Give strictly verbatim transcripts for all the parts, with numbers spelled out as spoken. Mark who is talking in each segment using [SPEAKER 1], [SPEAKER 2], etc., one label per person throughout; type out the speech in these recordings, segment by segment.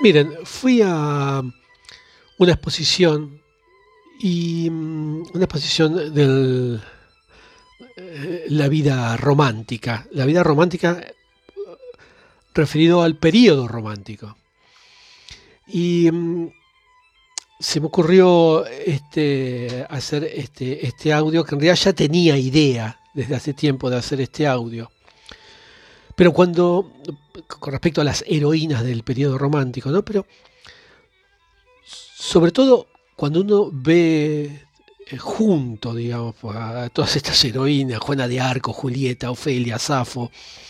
[SPEAKER 1] Miren, fui a una exposición y mm, una exposición de la vida romántica, la vida romántica referido al periodo romántico. Y mm, se me ocurrió este, hacer este, este audio, que en realidad ya tenía idea desde hace tiempo de hacer este audio. Pero cuando, con respecto a las heroínas del periodo romántico, ¿no? Pero sobre todo cuando uno ve eh, junto, digamos, a todas estas heroínas, Juana de Arco, Julieta, Ofelia, Safo,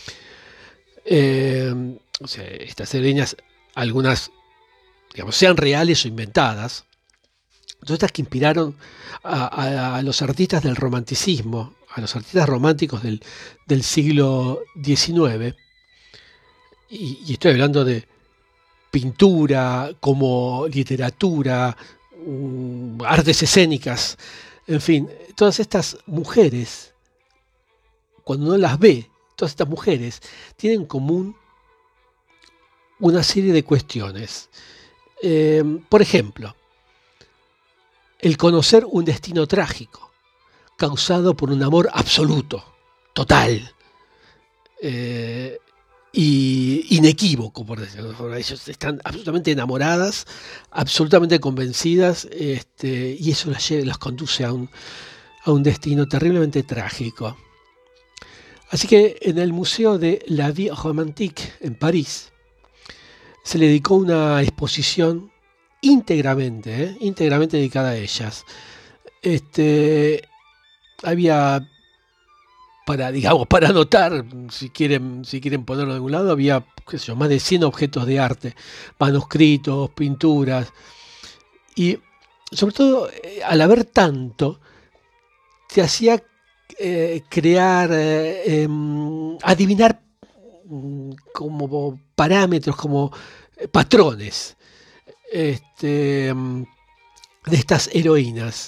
[SPEAKER 1] eh, o sea, estas heroínas, algunas, digamos, sean reales o inventadas, todas estas que inspiraron a, a, a los artistas del romanticismo, a los artistas románticos del, del siglo diecinueve, y, y estoy hablando de pintura, como literatura, um, artes escénicas, en fin, todas estas mujeres, cuando uno las ve, todas estas mujeres tienen en común una serie de cuestiones. Eh, por ejemplo, el conocer un destino trágico, causado por un amor absoluto, total, eh, y inequívoco, por decirlo. Ellos están absolutamente enamoradas, absolutamente convencidas, este, y eso las, las conduce a un, a un destino terriblemente trágico. Así que en el Museo de la Vie Romantique en París se le dedicó una exposición íntegramente, ¿eh? íntegramente dedicada a ellas. Este, había, para, digamos, para anotar, si quieren, si quieren ponerlo de algún lado, había, qué sé yo, más de cien objetos de arte, manuscritos, pinturas, y sobre todo, al haber tanto, te hacía eh, crear, eh, eh, adivinar como parámetros, como patrones, este, de estas heroínas,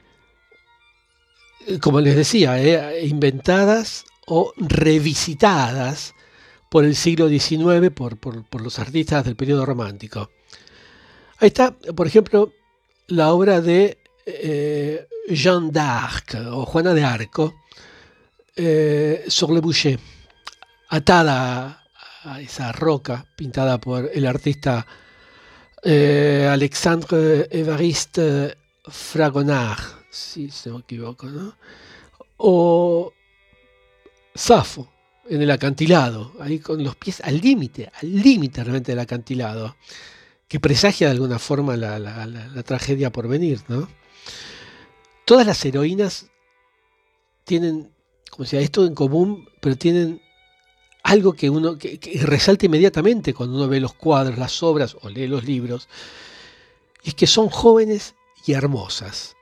[SPEAKER 1] como les decía, eh, inventadas o revisitadas por el siglo diecinueve, por, por, por los artistas del periodo romántico. Ahí está, por ejemplo, la obra de eh, Jeanne d'Arc, o Juana de Arco, eh, sur le bûcher, atada a esa roca pintada por el artista eh, Alexandre Évariste Fragonard, si no me equivoco, ¿no? O Safo en el acantilado, ahí con los pies al límite, al límite realmente del acantilado, que presagia de alguna forma la, la, la, la tragedia por venir, ¿no? Todas las heroínas tienen, como decía, esto en común, pero tienen algo que uno que, que resalta inmediatamente cuando uno ve los cuadros, las obras o lee los libros, y es que son jóvenes y hermosas.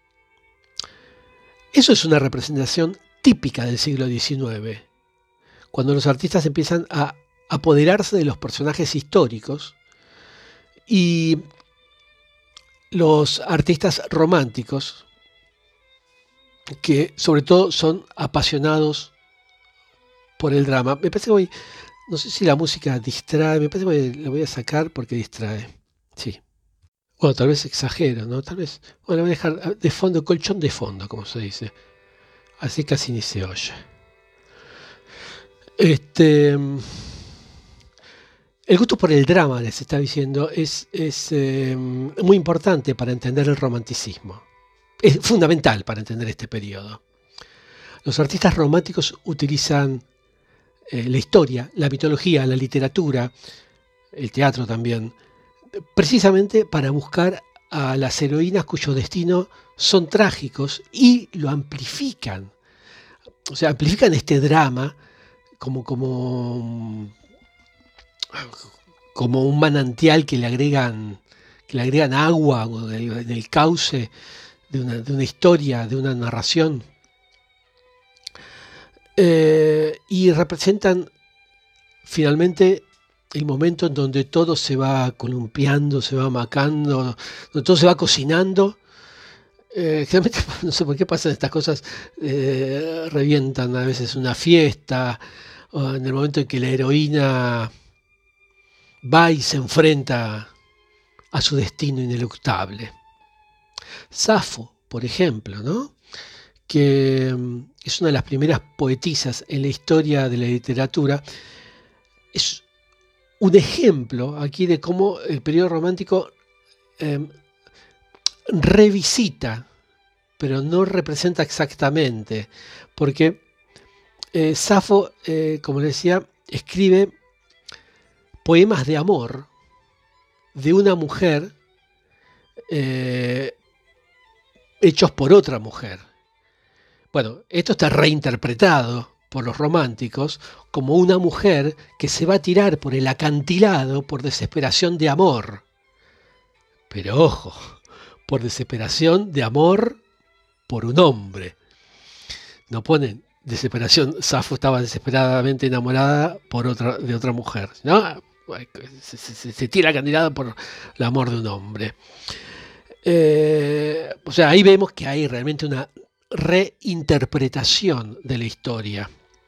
[SPEAKER 1] Eso es una representación típica del siglo diecinueve, cuando los artistas empiezan a apoderarse de los personajes históricos y los artistas románticos, que sobre todo son apasionados por el drama. Me parece que voy, no sé si la música distrae, me parece que la voy a sacar porque distrae. Sí. Bueno, tal vez exagero, ¿no? Tal vez, bueno, la voy a dejar de fondo, colchón de fondo, como se dice. Así casi ni se oye. Este, el gusto por el drama, les está diciendo, es, es eh, muy importante para entender el romanticismo. Es fundamental para entender este periodo. Los artistas románticos utilizan eh, la historia, la mitología, la literatura, el teatro también, precisamente para buscar a las heroínas cuyo destino son trágicos y lo amplifican. O sea, amplifican este drama como, como, como un manantial que le agregan, que le agregan agua en el cauce de una, de una historia, de una narración. Eh, y representan finalmente el momento en donde todo se va columpiando, se va macando, donde todo se va cocinando. Eh, generalmente, no sé por qué pasan estas cosas, eh, revientan a veces una fiesta, o en el momento en que la heroína va y se enfrenta a su destino ineluctable. Safo, por ejemplo, ¿no? Que es una de las primeras poetisas en la historia de la literatura, es un ejemplo aquí de cómo el periodo romántico eh, revisita, pero no representa exactamente, porque eh, Safo, eh, como les decía, escribe poemas de amor de una mujer eh, hechos por otra mujer. Bueno, esto está reinterpretado por los románticos como una mujer que se va a tirar por el acantilado por desesperación de amor. Pero ojo, por desesperación de amor por un hombre. No ponen desesperación, Safo estaba desesperadamente enamorada por otra, de otra mujer, ¿no? Se, se, se tira acantilado por el amor de un hombre. Eh, o sea, ahí vemos que hay realmente una reinterpretación de la historia.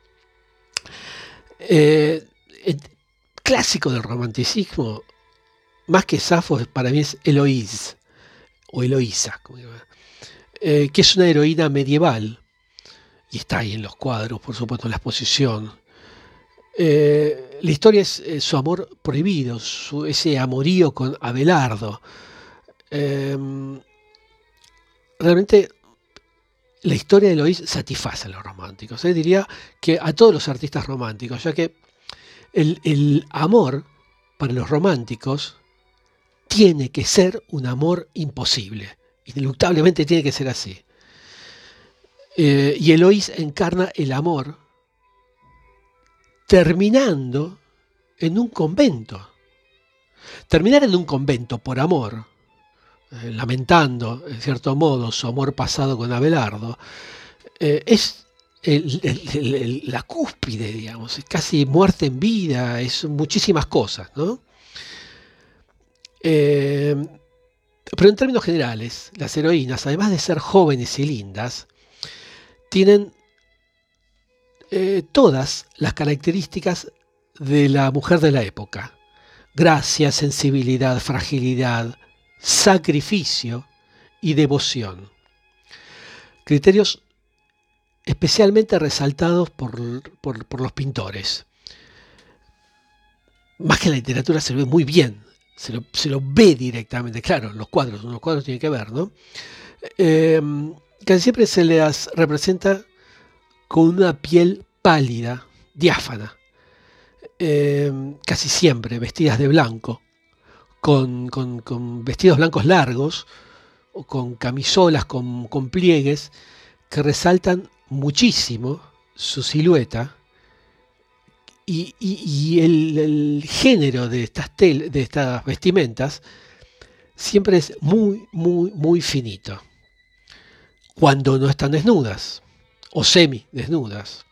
[SPEAKER 1] Eh, el clásico del romanticismo, más que Safo, para mí es Eloísa, o Eloísa, como digo, eh, que es una heroína medieval, y está ahí en los cuadros, por supuesto, en la exposición. Eh, la historia es eh, su amor prohibido, su, ese amorío con Abelardo. Eh, realmente la historia de Eloísa satisface a los románticos. Eh, diría que a todos los artistas románticos, ya que el, el amor para los románticos tiene que ser un amor imposible. Ineluctablemente tiene que ser así. Eh, y Eloísa encarna el amor terminando en un convento. Terminar en un convento por amor, eh, lamentando, en cierto modo, su amor pasado con Abelardo, eh, es el, el, el, la cúspide, digamos, es casi muerte en vida, es muchísimas cosas, ¿no? Eh, pero en términos generales, las heroínas, además de ser jóvenes y lindas, tienen eh, todas las características de la mujer de la época. Gracia, sensibilidad, fragilidad, sacrificio y devoción. Criterios especialmente resaltados por, por, por los pintores. Más que en la literatura se ve muy bien, se lo, se lo ve directamente, claro, los cuadros, los cuadros tienen que ver, ¿no? Eh, casi siempre se les representa con una piel pálida, diáfana, eh, casi siempre vestidas de blanco, con, con, con vestidos blancos largos, o con camisolas con, con pliegues que resaltan muchísimo su silueta, y, y, y el, el género de estas, tel, de estas vestimentas siempre es muy, muy, muy finito, cuando no están desnudas o semi desnudas.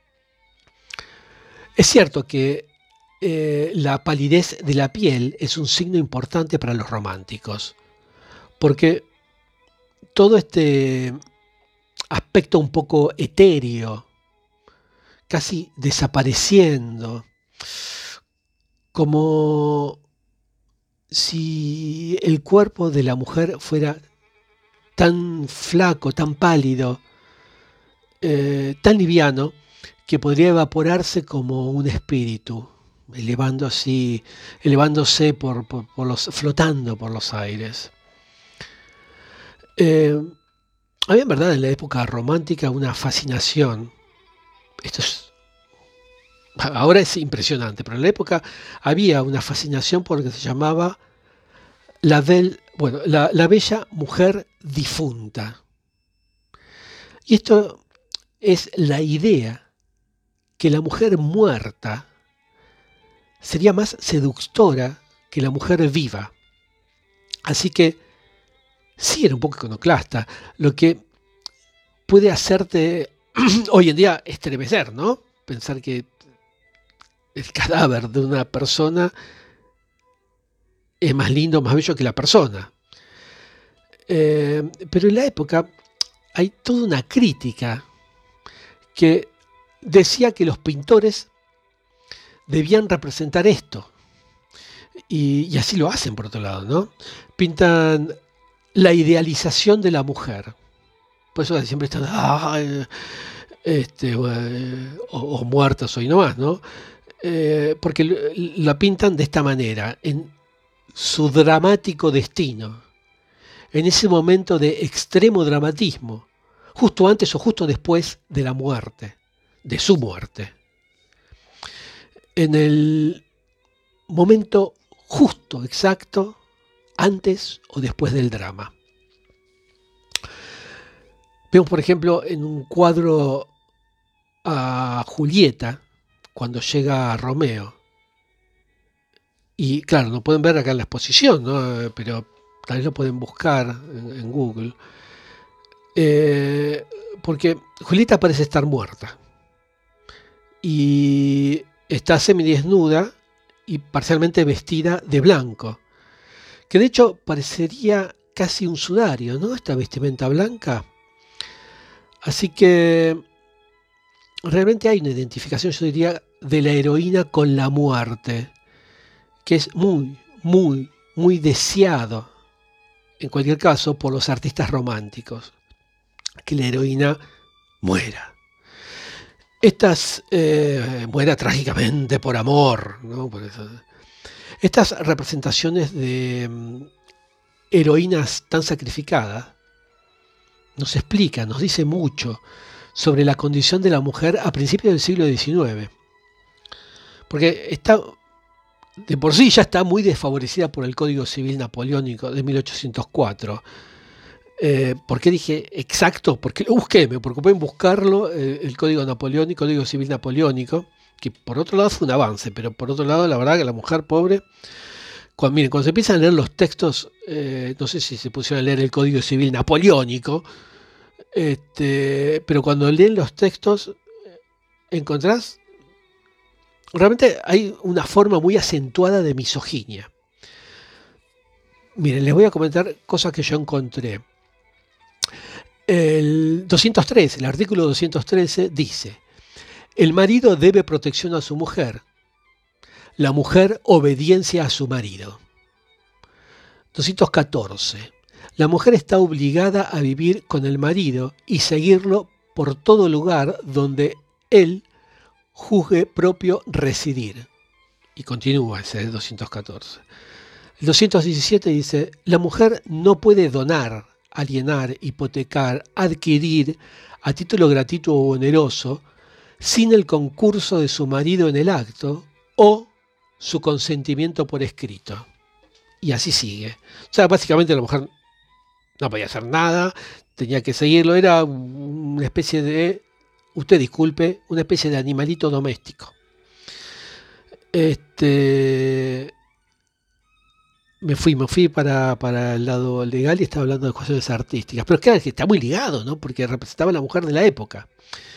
[SPEAKER 1] Es cierto que eh, la palidez de la piel es un signo importante para los románticos, porque todo este aspecto un poco etéreo, casi desapareciendo, como si el cuerpo de la mujer fuera tan flaco, tan pálido, eh, tan liviano, que podría evaporarse como un espíritu, elevando así, elevándose por, por, por los, flotando por los aires. Eh, había en verdad en la época romántica una fascinación. Esto es, ahora es impresionante, pero en la época había una fascinación por lo que se llamaba la, bel, bueno, la, la bella mujer difunta. Y esto es la idea que la mujer muerta sería más seductora que la mujer viva. Así que sí era un poco iconoclasta, lo que puede hacerte hoy en día estremecer, ¿no? Pensar que el cadáver de una persona es más lindo, más bello que la persona. Eh, pero en la época hay toda una crítica que decía que los pintores debían representar esto. Y, y así lo hacen, por otro lado, ¿no? Pintan la idealización de la mujer. Por eso siempre están, ah, eh, este, eh, o, o muertas hoy nomás, ¿no? Eh, porque la pintan de esta manera, en su dramático destino, en ese momento de extremo dramatismo, justo antes o justo después de la muerte, de su muerte. En el momento justo, exacto, antes o después del drama. Vemos, por ejemplo, en un cuadro a Julieta, cuando llega Romeo. Y claro, no pueden ver acá en la exposición, ¿no? Pero tal vez lo pueden buscar en, en Google. Eh, porque Julieta parece estar muerta. Y está semidesnuda y parcialmente vestida de blanco. Que de hecho parecería casi un sudario, ¿no? Esta vestimenta blanca. Así que realmente hay una identificación, yo diría, de la heroína con la muerte, que es muy, muy, muy deseado, en cualquier caso, por los artistas románticos, que la heroína muera. Estas eh, muera trágicamente por amor, ¿no? Por eso. Estas representaciones de um, heroínas tan sacrificadas nos explican, nos dice mucho sobre la condición de la mujer a principios del siglo diecinueve. Porque está, de por sí ya está muy desfavorecida por el Código Civil Napoleónico de mil ochocientos cuatro. Eh, ¿Por qué dije exacto? Porque lo busqué, me preocupé en buscarlo, eh, el Código Napoleónico, Código Civil Napoleónico, que por otro lado fue un avance, pero por otro lado la verdad que la mujer pobre, cuando, miren, cuando se empiezan a leer los textos, eh, no sé si se pusieron a leer el Código Civil Napoleónico, este, pero cuando leen los textos encontrás, realmente hay una forma muy acentuada de misoginia. Miren, les voy a comentar cosas que yo encontré. El doscientos trece, el artículo doscientos trece dice: el marido debe protección a su mujer, la mujer obediencia a su marido. doscientos catorce. La mujer está obligada a vivir con el marido y seguirlo por todo lugar donde él juzgue propio residir. Y continúa ese doscientos catorce. El doscientos diecisiete dice: la mujer no puede donar, alienar, hipotecar, adquirir a título gratuito o oneroso sin el concurso de su marido en el acto o su consentimiento por escrito. Y así sigue. O sea, básicamente la mujer no podía hacer nada, tenía que seguirlo, era una especie de, usted disculpe, una especie de animalito doméstico. Este, me fui, me fui para, para el lado legal y estaba hablando de cuestiones artísticas, pero claro que está muy ligado, ¿no? Porque representaba a la mujer de la época.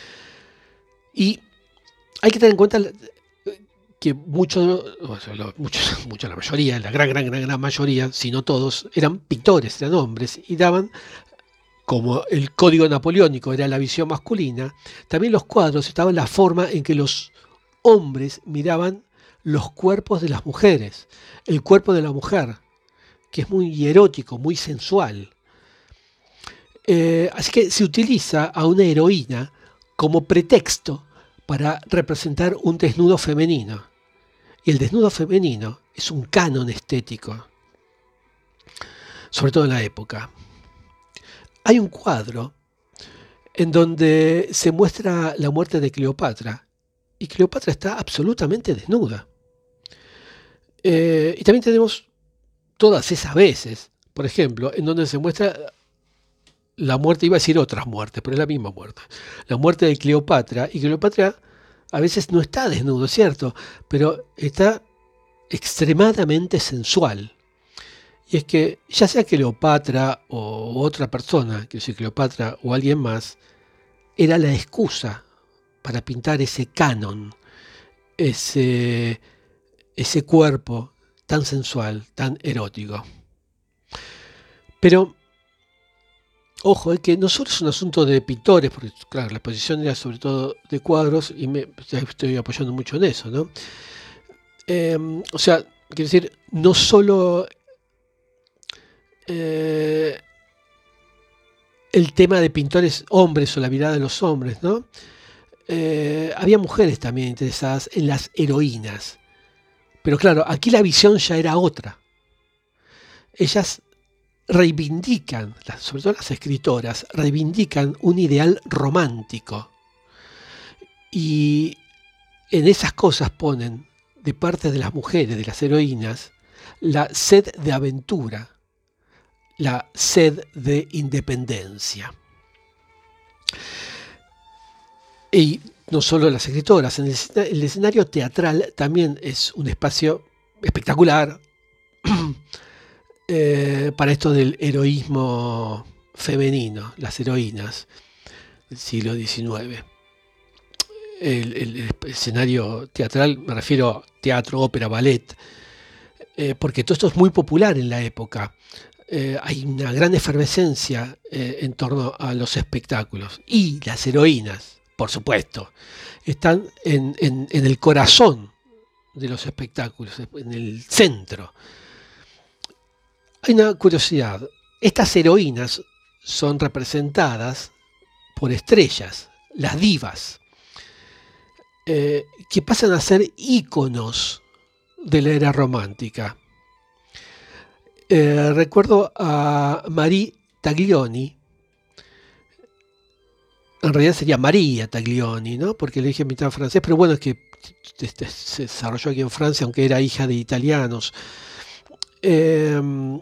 [SPEAKER 1] Y hay que tener en cuenta que muchos, muchos, muchos, la mayoría, la gran, gran, gran, gran mayoría, si no todos, eran pintores, eran hombres, y daban, como el código napoleónico era la visión masculina, también los cuadros estaban la forma en que los hombres miraban los cuerpos de las mujeres, el cuerpo de la mujer, que es muy erótico, muy sensual. Eh, así que se utiliza a una heroína como pretexto para representar un desnudo femenino. Y el desnudo femenino es un canon estético, sobre todo en la época. Hay un cuadro en donde se muestra la muerte de Cleopatra, y Cleopatra está absolutamente desnuda. Eh, y también tenemos todas esas veces, por ejemplo, en donde se muestra la muerte, iba a decir otras muertes, pero es la misma muerte, la muerte de Cleopatra, y Cleopatra a veces no está desnudo, ¿cierto? Pero está extremadamente sensual. Y es que ya sea Cleopatra o otra persona, que sea Cleopatra o alguien más, era la excusa para pintar ese canon, ese, ese cuerpo tan sensual, tan erótico. Pero ojo, es que no solo es un asunto de pintores, porque claro, la exposición era sobre todo de cuadros y me estoy apoyando mucho en eso, ¿no? Eh, o sea, quiero decir, no solo eh, el tema de pintores hombres o la mirada de los hombres, ¿no? Eh, había mujeres también interesadas en las heroínas. Pero claro, aquí la visión ya era otra. Ellas reivindican, sobre todo las escritoras, reivindican un ideal romántico. Y en esas cosas ponen, de parte de las mujeres, de las heroínas, la sed de aventura, la sed de independencia. Y no solo las escritoras, en el, el escenario teatral también es un espacio espectacular eh, para esto del heroísmo femenino, las heroínas del siglo diecinueve. El, el, el escenario teatral, me refiero a teatro, ópera, ballet, eh, porque todo esto es muy popular en la época. Eh, hay una gran efervescencia eh, en torno a los espectáculos. Y las heroínas, por supuesto, están en, en, en el corazón de los espectáculos, en el centro. Hay una curiosidad. Estas heroínas son representadas por estrellas, las divas, eh, que pasan a ser íconos de la era romántica. Eh, recuerdo a Marie Taglioni, en realidad sería María Taglioni, ¿no? Porque le dije en mitad francés, pero bueno, es que este, se desarrolló aquí en Francia, aunque era hija de italianos. Eh,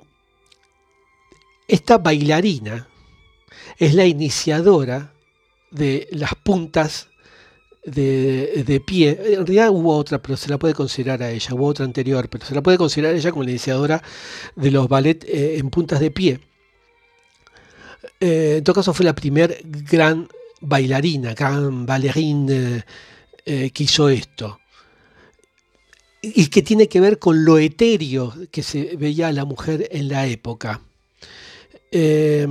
[SPEAKER 1] esta bailarina es la iniciadora de las puntas de, de pie. En realidad hubo otra, pero se la puede considerar a ella, hubo otra anterior, pero se la puede considerar a ella como la iniciadora de los ballet eh, en puntas de pie. Eh, en todo caso fue la primer gran bailarina, gran ballerine eh, que hizo esto. Y que tiene que ver con lo etéreo que se veía a la mujer en la época. Eh,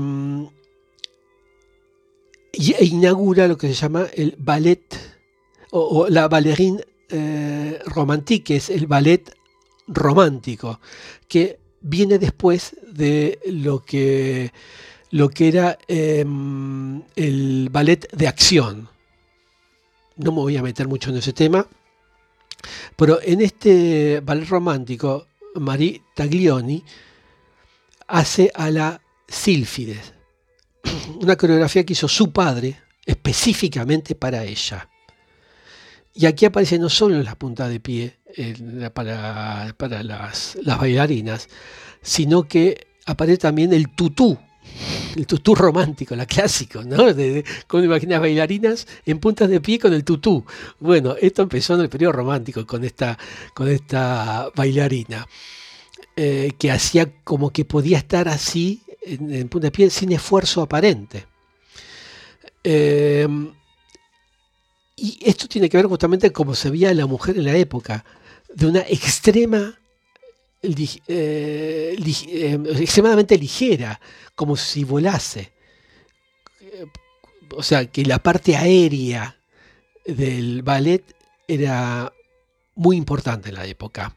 [SPEAKER 1] e inaugura lo que se llama el ballet o, o la ballerine eh, romantique, que es el ballet romántico, que viene después de lo que, lo que era eh, el ballet de acción. No me voy a meter mucho en ese tema, pero en este ballet romántico, Marie Taglioni hace a la Sílfides, una coreografía que hizo su padre específicamente para ella. Y aquí aparece no solo las puntas de pie eh, para, para las, las bailarinas, sino que aparece también el tutú, el tutú romántico, la clásico, ¿no? De, de, ¿Cómo imaginas bailarinas en puntas de pie con el tutú? Bueno, esto empezó en el periodo romántico con esta, con esta bailarina, eh, que hacía como que podía estar así en, en punta de pie sin esfuerzo aparente. Eh, y esto tiene que ver justamente con cómo se veía a la mujer en la época, de una extrema, eh, lig, eh, extremadamente ligera, como si volase. O sea, que la parte aérea del ballet era muy importante en la época.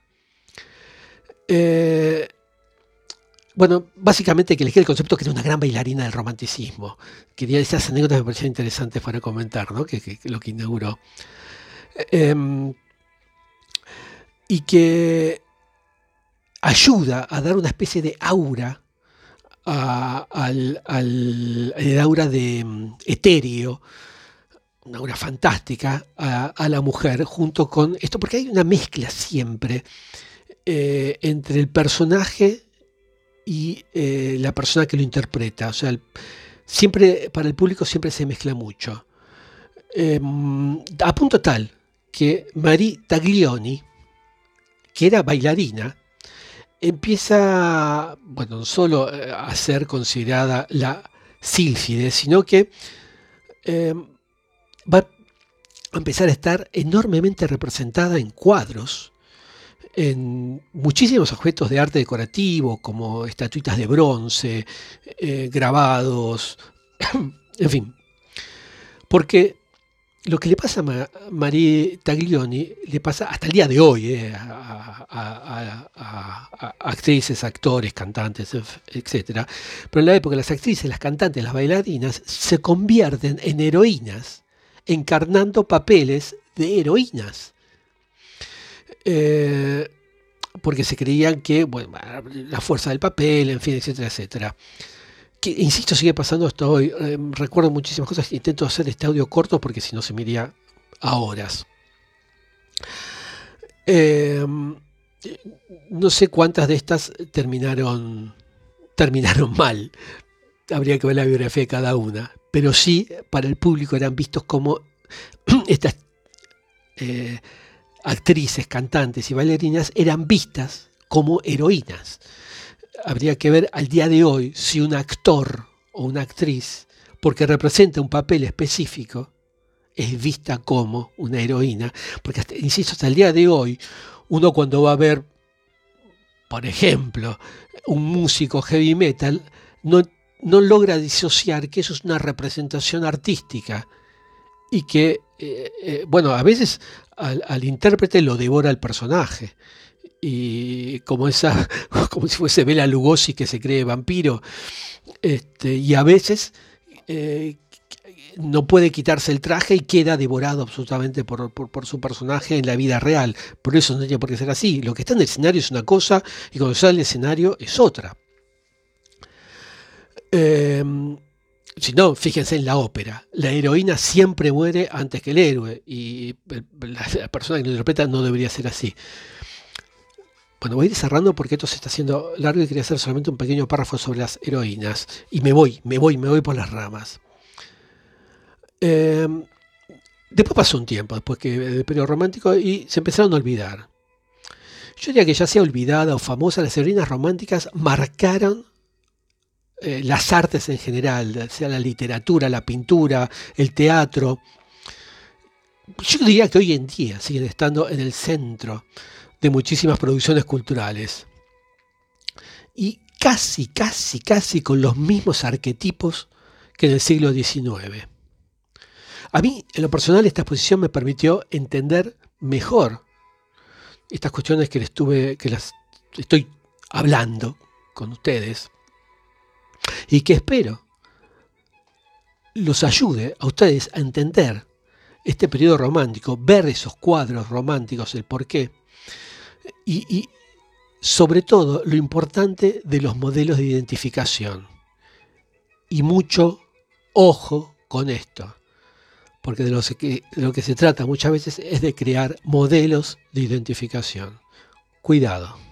[SPEAKER 1] Eh, bueno, básicamente que elegí el concepto que era una gran bailarina del romanticismo. Quería esas anécdotas me parecían interesantes para comentar, ¿no? Que, que, que lo que inauguró. Eh, y que ayuda a dar una especie de aura a, al, al, al aura de um, etéreo, una aura fantástica a, a la mujer junto con esto, porque hay una mezcla siempre eh, entre el personaje y eh, la persona que lo interpreta. O sea, el, siempre para el público siempre se mezcla mucho. Eh, a punto tal que Marie Taglioni, que era bailarina, empieza, bueno, no solo a ser considerada la Sílfide, sino que eh, va a empezar a estar enormemente representada en cuadros, en muchísimos objetos de arte decorativo, como estatuitas de bronce, eh, grabados, en fin. Porque lo que le pasa a Ma- Marie Taglioni le pasa hasta el día de hoy eh, a, a- a- a- a- a actrices, actores, cantantes, ef- etcétera. Pero en la época las actrices, las cantantes, las bailarinas se convierten en heroínas, encarnando papeles de heroínas. Eh, porque se creían que, bueno, la fuerza del papel, en fin, etcétera, etcétera. Que, insisto, sigue pasando hasta hoy. Eh, recuerdo muchísimas cosas. Intento hacer este audio corto porque si no se me iría a horas. Eh, no sé cuántas de estas terminaron, terminaron mal. Habría que ver la biografía de cada una. Pero sí, para el público eran vistos como estas eh, actrices, cantantes y bailarinas eran vistas como heroínas. Habría que ver al día de hoy si un actor o una actriz, porque representa un papel específico, es vista como una heroína. Porque, hasta, insisto, hasta el día de hoy, uno cuando va a ver, por ejemplo, un músico heavy metal, no, no logra disociar que eso es una representación artística y que, eh, eh, bueno, a veces al, al intérprete lo devora el personaje. Y como esa, como si fuese Bela Lugosi que se cree vampiro, este, y a veces eh, no puede quitarse el traje y queda devorado absolutamente por, por, por su personaje en la vida real. Por eso no tiene por qué ser así. Lo que está en el escenario es una cosa y cuando sale al escenario es otra. Eh, si no, fíjense en la ópera. La heroína siempre muere antes que el héroe y la, la persona que lo interpreta no debería ser así. Bueno, voy a ir cerrando porque esto se está haciendo largo y quería hacer solamente un pequeño párrafo sobre las heroínas. Y me voy, me voy, me voy por las ramas. Eh, después pasó un tiempo, después que del periodo romántico, y se empezaron a olvidar. Yo diría que ya sea olvidada o famosa, las heroínas románticas marcaron eh, las artes en general, sea la literatura, la pintura, el teatro. Yo diría que hoy en día siguen estando en el centro de muchísimas producciones culturales. Y casi, casi, casi con los mismos arquetipos que en el siglo diecinueve. A mí, en lo personal, esta exposición me permitió entender mejor estas cuestiones que les tuve, que las estoy hablando con ustedes y que espero los ayude a ustedes a entender este periodo romántico, ver esos cuadros románticos, el porqué y, y sobre todo lo importante de los modelos de identificación. Y mucho ojo con esto, porque de lo que, de lo que se trata muchas veces es de crear modelos de identificación. Cuidado.